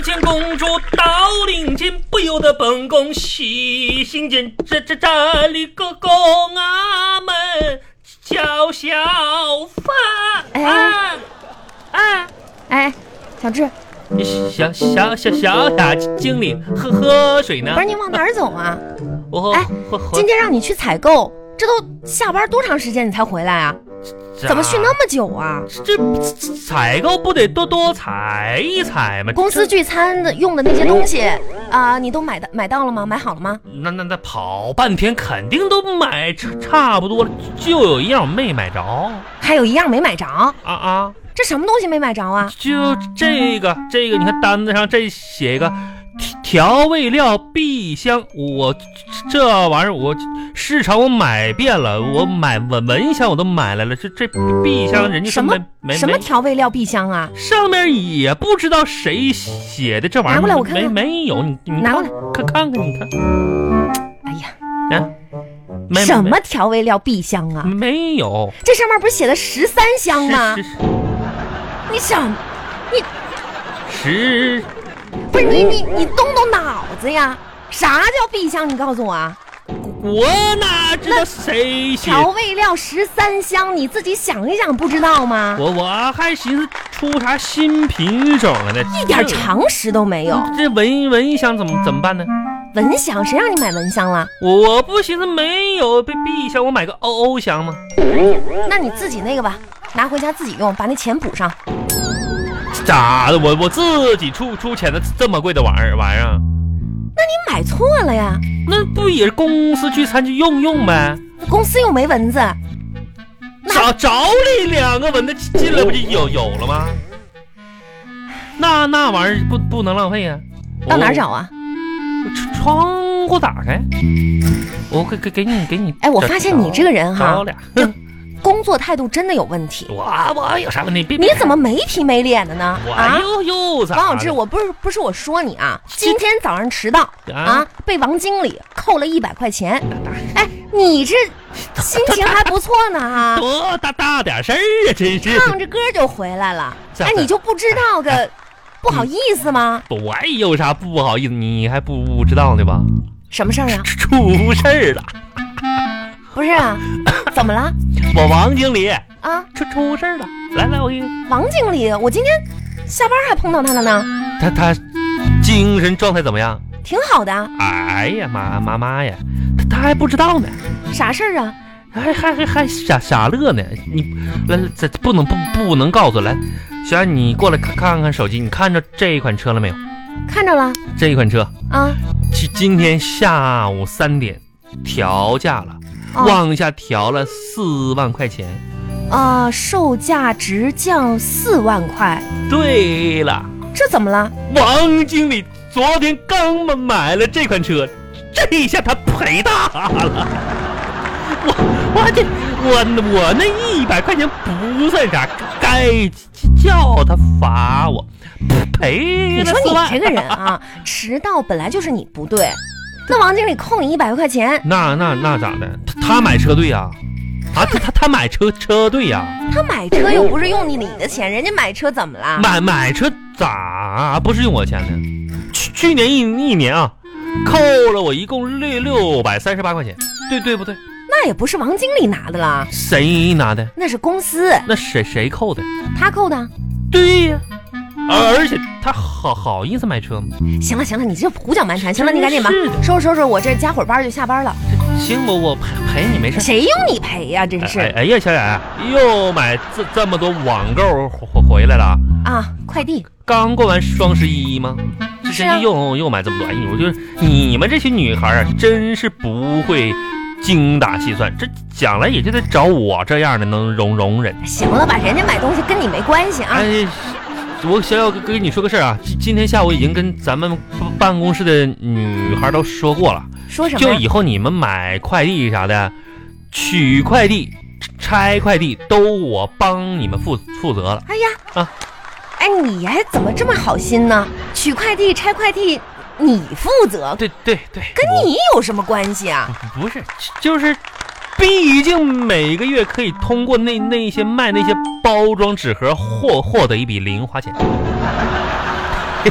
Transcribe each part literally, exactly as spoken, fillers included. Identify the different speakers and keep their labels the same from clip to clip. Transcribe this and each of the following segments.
Speaker 1: 见公主到临前，不由得本宫喜心间。这这这里个宫阿们叫小饭。
Speaker 2: 哎
Speaker 1: 哎
Speaker 2: 哎，小智，
Speaker 1: 小小小小雅经理，喝喝水呢？
Speaker 2: 不是你往哪儿走啊？
Speaker 1: 我
Speaker 2: 哎，今天让你去采购，这都下班多长时间你才回来啊？怎么去那么久啊？
Speaker 1: 这采购不得多多采一采吗？
Speaker 2: 公司聚餐的用的那些东西啊、呃，你都买的买到了吗？买好了吗？
Speaker 1: 那那那跑半天肯定都买差差不多了，就有一样没买着。
Speaker 2: 还有一样没买着啊
Speaker 1: 啊！
Speaker 2: 这什么东西没买着啊？
Speaker 1: 就这个这个，你看单子上这写一个调味料碧香，我这玩意儿我市场我买遍了，我买蚊蚊香我都买来了，这这碧香人家
Speaker 2: 什么
Speaker 1: 没
Speaker 2: 什么调味料碧香啊？
Speaker 1: 上面也不知道谁写的，这玩意儿
Speaker 2: 拿过来我看看。
Speaker 1: 没没有，你你
Speaker 2: 拿过来
Speaker 1: 看看看你看。
Speaker 2: 哎呀，
Speaker 1: 啊，没
Speaker 2: 什么调味料碧香啊？
Speaker 1: 没有，
Speaker 2: 这上面不是写的十三香吗？
Speaker 1: 是是是
Speaker 2: 你想，你
Speaker 1: 十
Speaker 2: 不是你你你动动脑子呀？啥叫碧香？你告诉我啊！
Speaker 1: 我哪知道谁写
Speaker 2: 调味料十三香？你自己想一想，不知道吗？
Speaker 1: 我我还寻思出啥新品种了呢，
Speaker 2: 一点常识都没有。
Speaker 1: 这蚊蚊香怎么怎么办呢？
Speaker 2: 蚊香？谁让你买蚊香了？
Speaker 1: 我不寻思没有被碧香，我买个欧欧香吗？
Speaker 2: 那你自己那个吧，拿回家自己用，把那钱补上。
Speaker 1: 咋的？我我自己出出钱的这么贵的玩意儿玩意儿？
Speaker 2: 那你买错了呀！
Speaker 1: 那不也是公司聚餐就用用呗？
Speaker 2: 公司又没蚊子，
Speaker 1: 找找你两个蚊子进来不就有有了吗？那那玩意儿不不能浪费啊！
Speaker 2: 到哪儿找啊？
Speaker 1: 窗户打开，我给给给你给你。
Speaker 2: 哎，我发现你这个人哈，
Speaker 1: 找俩。
Speaker 2: 工作态度真的有问题。
Speaker 1: 我我有啥问题？
Speaker 2: 你怎么没皮没脸的呢？
Speaker 1: 我又又咋？
Speaker 2: 王小志，我不是不是我说你啊，今天早上迟到啊，被王经理扣了一百块钱。哎，你这心情还不错呢哈。
Speaker 1: 多大大点事儿啊，真是。
Speaker 2: 唱着歌就回来了，哎，你就不知道个不好意思吗？
Speaker 1: 我有啥不好意思？你还不知道呢吧？
Speaker 2: 什么事儿啊？
Speaker 1: 出事儿了。
Speaker 2: 不是啊，怎么了？
Speaker 1: 我王经理
Speaker 2: 啊，
Speaker 1: 出出事了！来来，我给你。
Speaker 2: 王经理，我今天下班还碰到他了呢。
Speaker 1: 他他精神状态怎么样？
Speaker 2: 挺好的。
Speaker 1: 哎呀妈妈妈呀，他他还不知道呢。
Speaker 2: 啥事儿啊？
Speaker 1: 还还还还傻傻乐呢！你来这不能不不能告诉来，小安你过来看看看手机，你看着这一款车了没有？
Speaker 2: 看着了。
Speaker 1: 这一款车
Speaker 2: 啊，
Speaker 1: 今今天下午三点调价了。哦、往下调了四万块钱，
Speaker 2: 啊、呃，售价直降四万块。
Speaker 1: 对了，
Speaker 2: 这怎么了？
Speaker 1: 王经理昨天刚买了这款车，这一下他赔大了。我我这我我那一百块钱不算啥，该叫他罚我赔了四万。
Speaker 2: 你说你这个人啊，迟到本来就是你不对。那王经理扣你一百块钱，
Speaker 1: 那那那咋的？他他买车队呀、啊，啊他他他买车车队呀、啊，
Speaker 2: 他买车又不是用你你的钱，人家买车怎么了？
Speaker 1: 买买车咋不是用我钱呢？去去年一一年啊，扣了我一共六六百三十八块钱，对对不对？
Speaker 2: 那也不是王经理拿的了，
Speaker 1: 谁拿的？
Speaker 2: 那是公司。
Speaker 1: 那谁谁扣的？
Speaker 2: 他扣的。
Speaker 1: 对呀。而且他好好意思买车吗？
Speaker 2: 行了行了，你这胡搅蛮缠。行了，你赶紧吧，收拾收拾，我这加会儿班就下班了。
Speaker 1: 行，我我陪陪你没事。
Speaker 2: 谁用你陪呀、啊？真是！
Speaker 1: 哎哎呀，小冉又买这这么多网购回来了
Speaker 2: 啊！快递
Speaker 1: 刚过完双十一吗？
Speaker 2: 是啊，
Speaker 1: 又又买这么多。哎，我觉得你们这些女孩啊，真是不会精打细算，这将来也就得找我这样的能容容忍。
Speaker 2: 行了吧，人家买东西跟你没关系啊。
Speaker 1: 哎。我小小跟你说个事儿啊，今天下午已经跟咱们办公室的女孩都说过了。
Speaker 2: 说什么？
Speaker 1: 就以后你们买快递啥的，取快递、拆快递都我帮你们负负责了。
Speaker 2: 哎呀
Speaker 1: 啊，
Speaker 2: 哎，你还怎么这么好心呢？取快递、拆快递你负责？
Speaker 1: 对对对，
Speaker 2: 跟你有什么关系啊？
Speaker 1: 不是，就是。毕竟每个月可以通过那那些卖那些包装纸盒获获得一笔零花钱。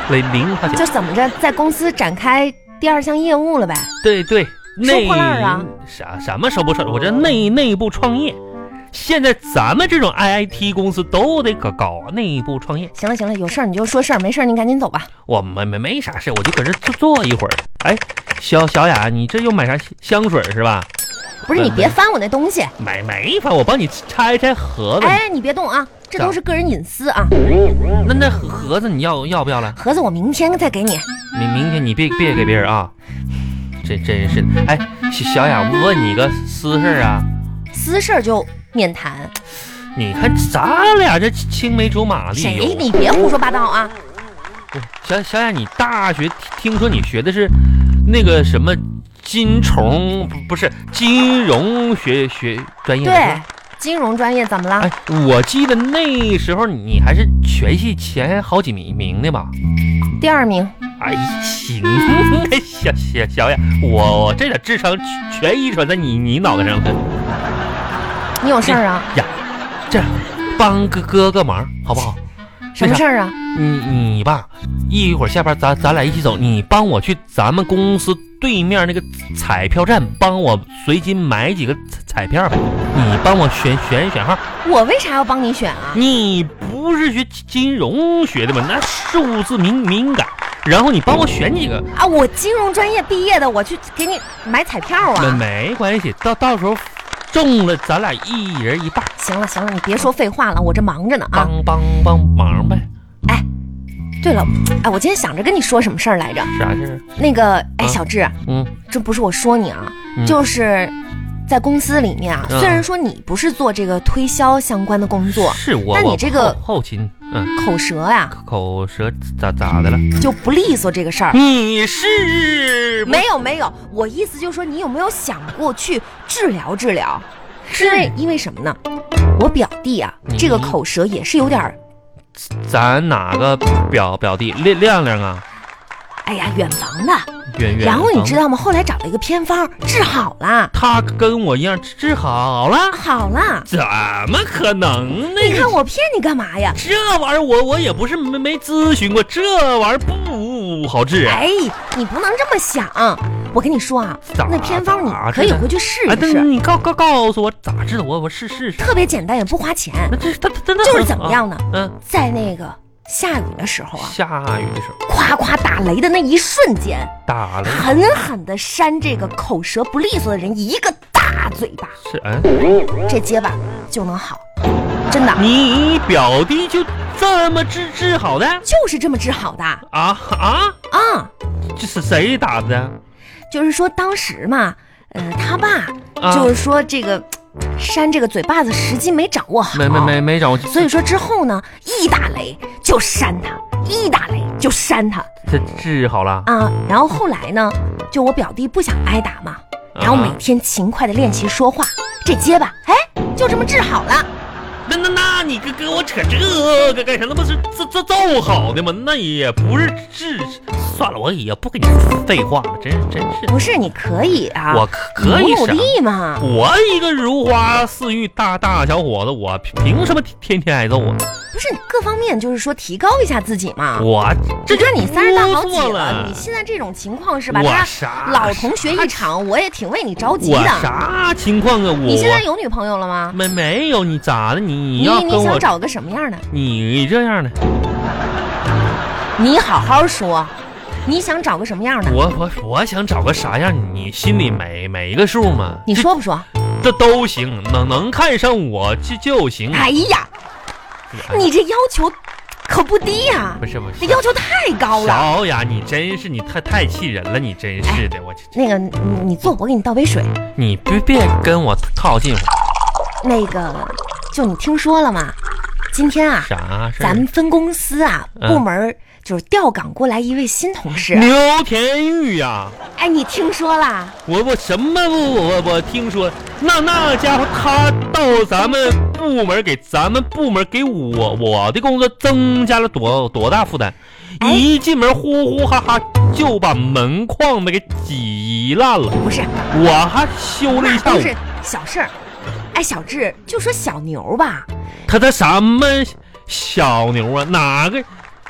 Speaker 1: 零零花钱。
Speaker 2: 就怎么着，在公司展开第二项业务了呗？
Speaker 1: 对对，
Speaker 2: 收破烂啊？
Speaker 1: 啥什么收不收？我这内内部创业。现在咱们这种 I T 公司都得搞搞内部创业。
Speaker 2: 行了行了，有事儿你就说事儿，没事儿你赶紧走吧。
Speaker 1: 我没没没啥事，我就搁这坐坐一会儿。哎，小小雅，你这又买啥香水是吧？
Speaker 2: 不是，你别翻我那东西。
Speaker 1: 没没翻，我帮你拆拆盒子。
Speaker 2: 哎，你别动啊，这都是个人隐私啊。
Speaker 1: 那那盒子你要要不要了？
Speaker 2: 盒子我明天再给你。
Speaker 1: 明明天你别别给别人啊。真真是的。哎，小雅，我问你个私事啊。
Speaker 2: 私事就免谈。
Speaker 1: 你看咱俩这青梅竹马的。
Speaker 2: 谁？你别胡说八道啊！
Speaker 1: 小小雅，你大学听说你学的是那个什么金虫，不是金融学学专业？
Speaker 2: 对，金融专业怎么了？
Speaker 1: 哎，我记得那时候你还是全系前好几名名的吧？
Speaker 2: 第二名。
Speaker 1: 哎，行，小小小雅，我这点智商全遗传在你你脑袋上了。
Speaker 2: 你有事儿啊？
Speaker 1: 呀，这样帮哥哥个忙好不好？
Speaker 2: 什么事儿啊？
Speaker 1: 你你吧，一会儿下班咱咱俩一起走，你帮我去咱们公司对面那个彩票站，帮我随机买几个彩票呗。你帮我选选选号。
Speaker 2: 我为啥要帮你选啊？
Speaker 1: 你不是学金融学的吗？那数字敏敏感。然后你帮我选几个
Speaker 2: 啊？我金融专业毕业的，我去给你买彩票啊。
Speaker 1: 没没关系，到到时候中了，咱俩一人一半。
Speaker 2: 行了行了，你别说废话了，我这忙着呢啊。
Speaker 1: 帮帮帮忙呗。
Speaker 2: 哎，对了，哎，我今天想着跟你说什么事儿来着？
Speaker 1: 啥事儿？
Speaker 2: 那个，哎，小智，
Speaker 1: 嗯，
Speaker 2: 这不是我说你啊，
Speaker 1: 嗯、
Speaker 2: 就是在公司里面啊，
Speaker 1: 嗯、
Speaker 2: 虽然说你不是做这个推销相关的工作，
Speaker 1: 是我，
Speaker 2: 但你这个
Speaker 1: 后后勤，嗯，
Speaker 2: 口舌呀、
Speaker 1: 啊，口舌咋咋的了？
Speaker 2: 就不利索这个事儿。
Speaker 1: 你是
Speaker 2: 没有没有，我意思就是说，你有没有想过去治疗治疗？是因为因为什么呢？我表弟啊，这个口舌也是有点。
Speaker 1: 咱哪个表表弟亮亮亮啊？
Speaker 2: 哎呀，远房的。
Speaker 1: 远远。
Speaker 2: 然后你知道吗？后来找了一个偏方，治好了。
Speaker 1: 他跟我一样治好了？
Speaker 2: 好了。
Speaker 1: 怎么可能呢？
Speaker 2: 你看我骗你干嘛呀？
Speaker 1: 这玩意儿我我也不是没没咨询过，这玩意儿不好治。
Speaker 2: 哎，你不能这么想。我跟你说啊，那偏方你可以回去试一试。
Speaker 1: 哎、你告告告诉我咋治的？我我试试试。
Speaker 2: 特别简单，也不花钱。
Speaker 1: 那这他真的
Speaker 2: 就是怎么样呢？
Speaker 1: 嗯，
Speaker 2: 在那个下雨的时候啊，
Speaker 1: 下雨的时候，
Speaker 2: 夸夸打雷的那一瞬间，
Speaker 1: 打雷，
Speaker 2: 狠狠的扇这个口舌不利索的人一个大嘴巴。
Speaker 1: 是嗯，
Speaker 2: 这结巴就能好，真的。
Speaker 1: 你表弟就这么治治好的？
Speaker 2: 就是这么治好的。
Speaker 1: 啊啊
Speaker 2: 啊！
Speaker 1: 这是谁打的？
Speaker 2: 就是说当时嘛，呃，他爸、啊、就是说这个扇这个嘴巴子时机没掌握好，
Speaker 1: 没没没没掌握，
Speaker 2: 所以说之后呢，一打雷就扇他，一打雷就扇他，
Speaker 1: 这治好了
Speaker 2: 啊。然后后来呢，就我表弟不想挨打嘛，然后每天勤快的练习说话，这结巴哎就这么治好了。
Speaker 1: 那那那你跟跟我扯这个干啥？那不是这这揍好的吗？那也不是治。算了，我也不跟你废话了，真真是。
Speaker 2: 不是，你可以啊，
Speaker 1: 我可可以
Speaker 2: 努力嘛。
Speaker 1: 我一个如花似玉大大小伙子，我凭什么天天挨揍啊？
Speaker 2: 不是，各方面就是说提高一下自己嘛。
Speaker 1: 我
Speaker 2: 这就是你三十大好几了，你现在这种情况是吧？
Speaker 1: 我
Speaker 2: 啥老同学一场，我也挺为你着急的。
Speaker 1: 我啥情况啊？我
Speaker 2: 你现在有女朋友了吗？
Speaker 1: 没没有，你咋的？你
Speaker 2: 你
Speaker 1: 要跟我
Speaker 2: 你想找个什么样的？
Speaker 1: 你这样的，
Speaker 2: 你好好说。你想找个什么样的？
Speaker 1: 我我我想找个啥样？你心里没没个数吗？
Speaker 2: 你说不说？
Speaker 1: 这都行，能能看上我就就行。
Speaker 2: 哎呀，你这要求可不低呀、啊！
Speaker 1: 不是不是，
Speaker 2: 这要求太高了。
Speaker 1: 小雅，你真是你太太气人了，你真是的，哎、我
Speaker 2: 那个你你坐，我给你倒杯水。
Speaker 1: 你别别跟我靠近我。
Speaker 2: 那个，就你听说了吗？今天啊，
Speaker 1: 啥事？
Speaker 2: 咱们分公司啊，部门。就是调岗过来一位新同事
Speaker 1: 牛田玉呀、啊！
Speaker 2: 哎，你听说啦？
Speaker 1: 我我什么我我我听说，那那家伙他到咱们部门给咱们部门给我我的工作增加了多多大负担？哎、一进门呼呼哈哈就把门框子给挤烂了。
Speaker 2: 不是，
Speaker 1: 我还修了一下午。
Speaker 2: 不是小事儿。哎，小智就说小牛吧，
Speaker 1: 他他什么小牛啊？哪个？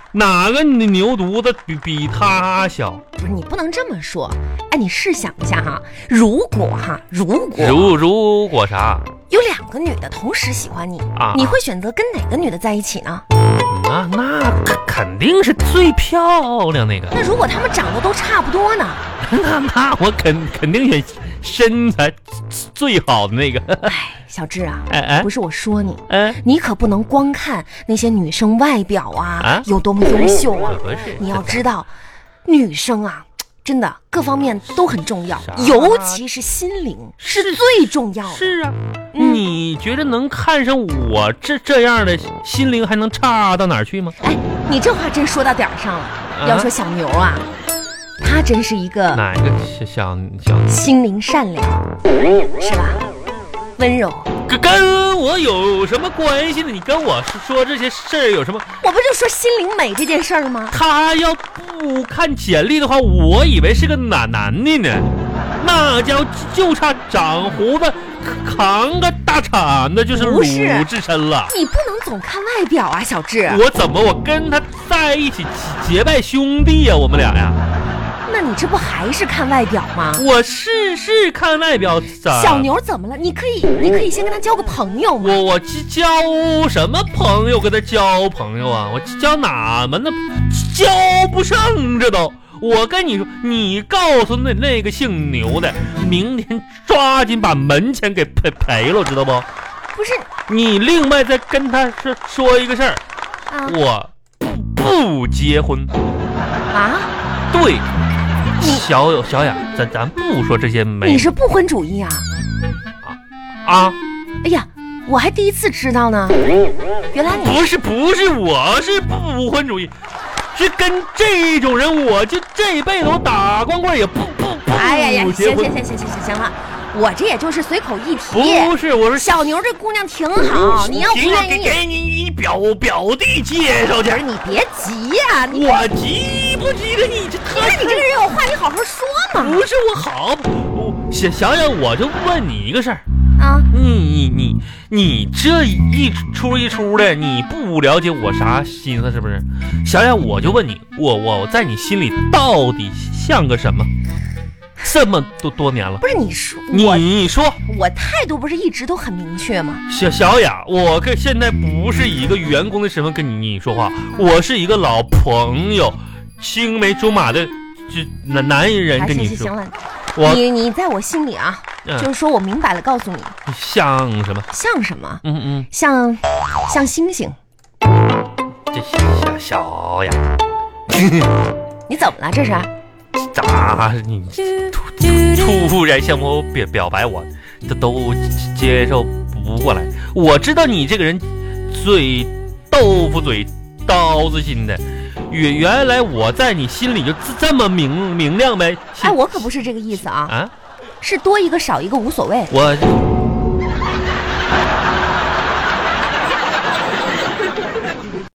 Speaker 1: 哪个牛犊子比比他小？
Speaker 2: 不是你不能这么说。哎，你试想一下哈，如果哈，如果
Speaker 1: 如如果啥？
Speaker 2: 有两个女的同时喜欢你，啊、你会选择跟哪个女的在一起呢？
Speaker 1: 那那肯定是最漂亮那个。
Speaker 2: 那如果她们长得都差不多呢？
Speaker 1: 那那我肯肯定选身材最好的那个。
Speaker 2: 哎，小智啊，
Speaker 1: 哎哎，
Speaker 2: 不是我说你，
Speaker 1: 哎，
Speaker 2: 你可不能光看那些女生外表啊，啊有多么优秀啊。
Speaker 1: 不是，
Speaker 2: 你要知道，女生啊。真的各方面都很重要，尤其是心灵是最重要的。
Speaker 1: 是啊，嗯、你觉得能看上我这这样的心灵还能差到哪儿去吗？
Speaker 2: 哎，你这话真说到点儿上了。啊、要说小牛啊，他真是一个
Speaker 1: 哪一个小小
Speaker 2: 心灵善良，是吧？温柔。
Speaker 1: 跟跟我有什么关系呢？你跟我说这些事儿有什么？
Speaker 2: 我不就说心灵美这件事儿吗？
Speaker 1: 他要不看简历的话，我以为是个男男的呢。那家伙就差长胡子，扛个大铲子就是鲁智深了。
Speaker 2: 你不能总看外表啊，小智。
Speaker 1: 我怎么我跟他在一起结拜兄弟呀、啊？我们俩呀。
Speaker 2: 那你这不还是看外表吗？
Speaker 1: 我是是看外表。
Speaker 2: 小牛怎么了？你可以，你可以先跟他交个朋友吗？
Speaker 1: 我我交什么朋友？跟他交朋友啊？我交哪门呢？交不上这都。我跟你说，你告诉那那个姓牛的，明天抓紧把门钱给赔赔了，知道不？
Speaker 2: 不是，
Speaker 1: 你另外再跟他说说一个事儿，啊、我不结婚
Speaker 2: 啊？
Speaker 1: 对。小有小雅，咱咱不说这些没。
Speaker 2: 你是不婚主义啊？
Speaker 1: 啊啊！
Speaker 2: 哎呀，我还第一次知道呢。原来你
Speaker 1: 不是不是，我是不婚主义，是跟这种人，我就这辈子我打光棍也不不不。
Speaker 2: 哎呀呀，行行行行行行行了。我这也就是随口一提，
Speaker 1: 不是我说
Speaker 2: 小牛这姑娘挺好，你要不愿意
Speaker 1: 给你你表表弟介绍去。
Speaker 2: 你别急呀、啊，你
Speaker 1: 我急不急的？你这
Speaker 2: 你看你这个人有话你好好说嘛。
Speaker 1: 不是我好，我想想想，我就问你一个事儿
Speaker 2: 啊，
Speaker 1: 你你你你这一出一出的，你不了解我啥心思是不是？想想我就问你，我我在你心里到底像个什么？这么多多年了，
Speaker 2: 不是你说
Speaker 1: 你你说
Speaker 2: 我态度不是一直都很明确吗？
Speaker 1: 小小雅，我跟现在不是以一个员工的身份跟你你说话，我是一个老朋友，青梅竹马的这男男人跟你说。
Speaker 2: 行了，我你你在我心里啊，嗯、就是说我明白了，告诉你
Speaker 1: 像什么？
Speaker 2: 像什么？
Speaker 1: 嗯嗯，
Speaker 2: 像像星星。
Speaker 1: 这小小雅，
Speaker 2: 你怎么了？这是？
Speaker 1: 咋你突突然向我表表白我，这都接受不过来。我知道你这个人嘴豆腐嘴刀子心的，原原来我在你心里就这么明明亮呗。
Speaker 2: 哎，我可不是这个意思啊，
Speaker 1: 啊，
Speaker 2: 是多一个少一个无所谓。
Speaker 1: 我